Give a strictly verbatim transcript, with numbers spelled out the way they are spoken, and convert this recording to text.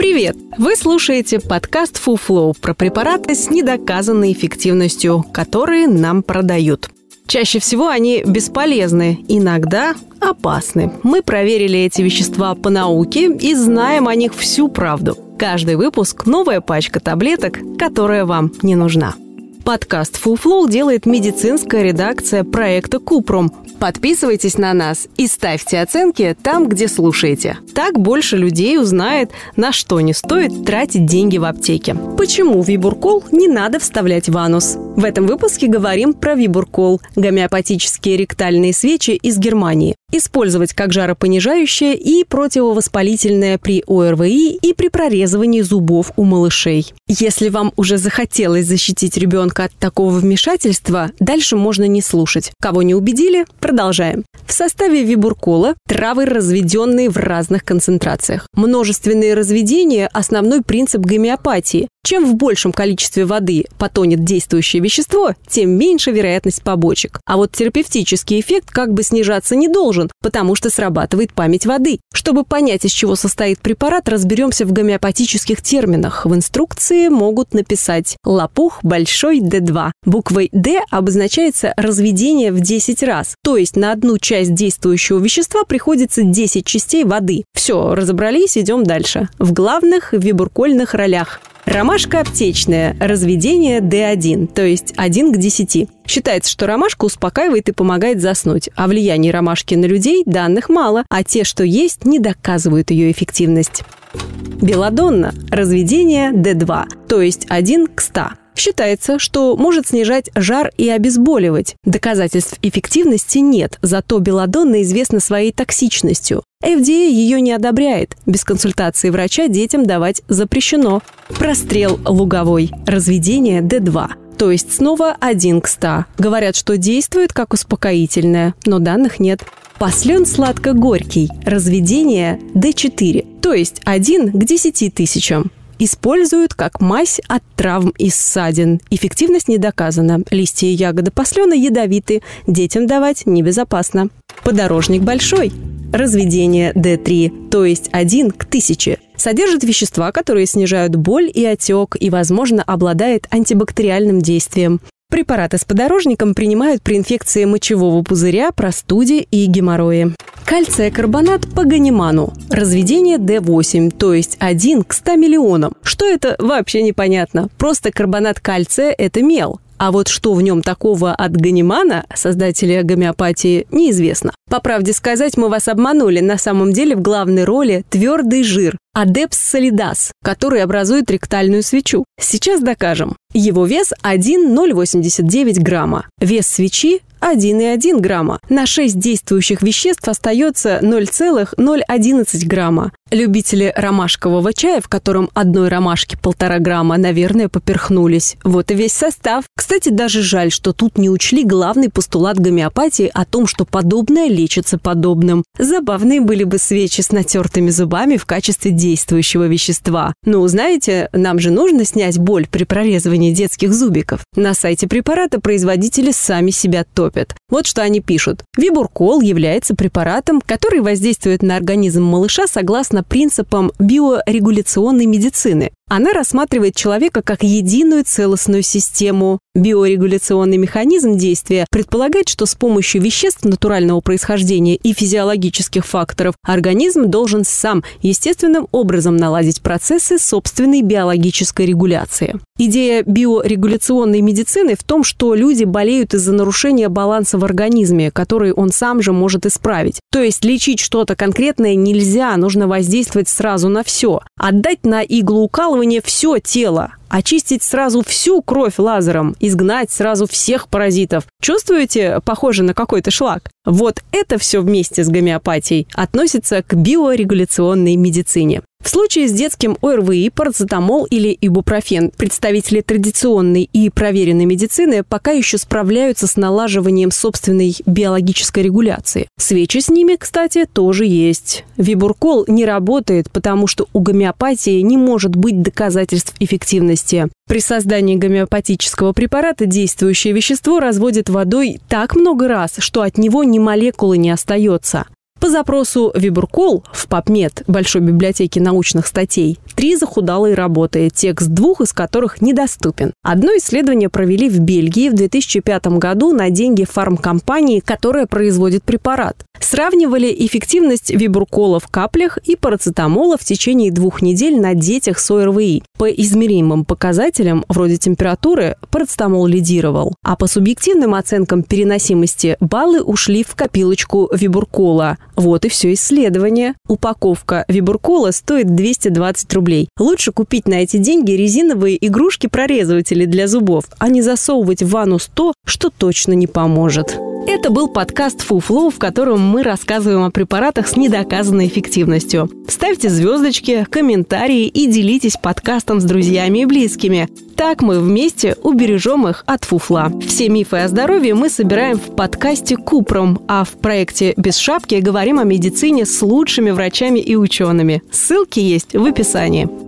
Привет! Вы слушаете подкаст Фуфлоу про препараты с недоказанной эффективностью, которые нам продают. Чаще всего они бесполезны, иногда опасны. Мы проверили эти вещества по науке и знаем о них всю правду. Каждый выпуск – новая пачка таблеток, которая вам не нужна. Подкаст Фуфлоу делает медицинская редакция проекта Купрум. Подписывайтесь на нас и ставьте оценки там, где слушаете. Так больше людей узнает, на что не стоит тратить деньги в аптеке. Почему вибуркол не надо вставлять в анус? В этом выпуске говорим про вибуркол – гомеопатические ректальные свечи из Германии. Использовать как жаропонижающее и противовоспалительное при ОРВИ и при прорезывании зубов у малышей. Если вам уже захотелось защитить ребенка от такого вмешательства, дальше можно не слушать. Кого не убедили? Продолжаем. В составе вибуркола травы, разведенные в разных концентрациях. Множественные разведения – основной принцип гомеопатии. Чем в большем количестве воды потонет действующее вещество, тем меньше вероятность побочек. А вот терапевтический эффект как бы снижаться не должен, потому что срабатывает память воды. Чтобы понять, из чего состоит препарат, разберемся в гомеопатических терминах. В инструкции могут написать «лопух большой Д два». Буквой «Д» обозначается разведение в десять раз, то есть на одну часть действующего вещества приходится десять частей воды. Все, разобрались, идем дальше. В главных вибуркольных ролях. Ромашка аптечная, разведение Д один, то есть один к десяти. Считается, что ромашка успокаивает и помогает заснуть. О влиянии ромашки на людей данных мало, а те, что есть, не доказывают ее эффективность. Белладонна, разведение Д два, то есть один к ста. Считается, что может снижать жар и обезболивать. Доказательств эффективности нет, зато белладонна известна своей токсичностью. эф ди эй ее не одобряет. Без консультации врача детям давать запрещено. Прострел луговой. Разведение Д два. То есть снова один к ста. Говорят, что действует как успокоительное, но данных нет. Послен сладко-горький. Разведение Д четыре. То есть один к десяти тысячам. Используют как мазь от травм и ссадин. Эффективность не доказана. Листья и ягоды послена ядовиты. Детям давать небезопасно. Подорожник большой. Разведение Д три, то есть один к тысяче. Содержит вещества, которые снижают боль и отек и, возможно, обладает антибактериальным действием. Препараты с подорожником принимают при инфекции мочевого пузыря, простуде и геморрое. Кальция-карбонат по ганиману. Разведение Д восемь, то есть один к ста миллионам. Что это, вообще непонятно. Просто карбонат кальция – это мел. А вот что в нем такого от ганимана, создателя гомеопатии, неизвестно. По правде сказать, мы вас обманули. На самом деле в главной роли твердый жир – адепс солидас, который образует ректальную свечу. Сейчас докажем. Его вес один целых ноль восемьдесят девять грамма. Вес свечи – один целых одна грамма. На шесть действующих веществ остается ноль целых ноль одиннадцать грамма. Любители ромашкового чая, в котором одной ромашки полтора грамма, наверное, поперхнулись. Вот и весь состав. Кстати, даже жаль, что тут не учли главный постулат гомеопатии о том, что подобное лечится подобным. Забавные были бы свечи с натертыми зубами в качестве действующего вещества. Ну, знаете, нам же нужно снять боль при прорезывании детских зубиков. На сайте препарата производители сами себя топят. Вот что они пишут. Вибуркол является препаратом, который воздействует на организм малыша согласно принципам биорегуляционной медицины. Она рассматривает человека как единую целостную систему. Биорегуляционный механизм действия предполагает, что с помощью веществ натурального происхождения и физиологических факторов организм должен сам естественным образом наладить процессы собственной биологической регуляции. Идея биорегуляционной медицины в том, что люди болеют из-за нарушения баланса в организме, который он сам же может исправить. То есть лечить что-то конкретное нельзя, нужно воздействовать сразу на все. Отдать на иглоукалывание все тело. Очистить сразу всю кровь лазером, изгнать сразу всех паразитов. Чувствуете, похоже на какой-то шлак? Вот это все вместе с гомеопатией относится к биорегуляционной медицине. В случае с детским ОРВИ парацетамол или ибупрофен представители традиционной и проверенной медицины пока еще справляются с налаживанием собственной биологической регуляции. Свечи с ними, кстати, тоже есть. Вибуркол не работает, потому что у гомеопатии не может быть доказательств эффективности. При создании гомеопатического препарата действующее вещество разводят водой так много раз, что от него ни молекулы не остается. По запросу «Вибуркол» в PubMed, Большой библиотеке научных статей, три захудалые работы, текст двух из которых недоступен. Одно исследование провели в Бельгии в две тысячи пятом году на деньги фармкомпании, которая производит препарат. Сравнивали эффективность вибуркола в каплях и парацетамола в течение двух недель на детях с ОРВИ. По измеримым показателям, вроде температуры, парацетамол лидировал. А по субъективным оценкам переносимости баллы ушли в копилочку вибуркола. Вот и все исследование. Упаковка вибуркола стоит двести двадцать рублей. Лучше купить на эти деньги резиновые игрушки-прорезыватели для зубов, а не засовывать в анус то, что точно не поможет. Это был подкаст «Фуфло», в котором мы рассказываем о препаратах с недоказанной эффективностью. Ставьте звездочки, комментарии и делитесь подкастом с друзьями и близкими. Так мы вместе убережем их от фуфла. Все мифы о здоровье мы собираем в подкасте «Купром», а в проекте «Без шапки» говорим о медицине с лучшими врачами и учеными. Ссылки есть в описании.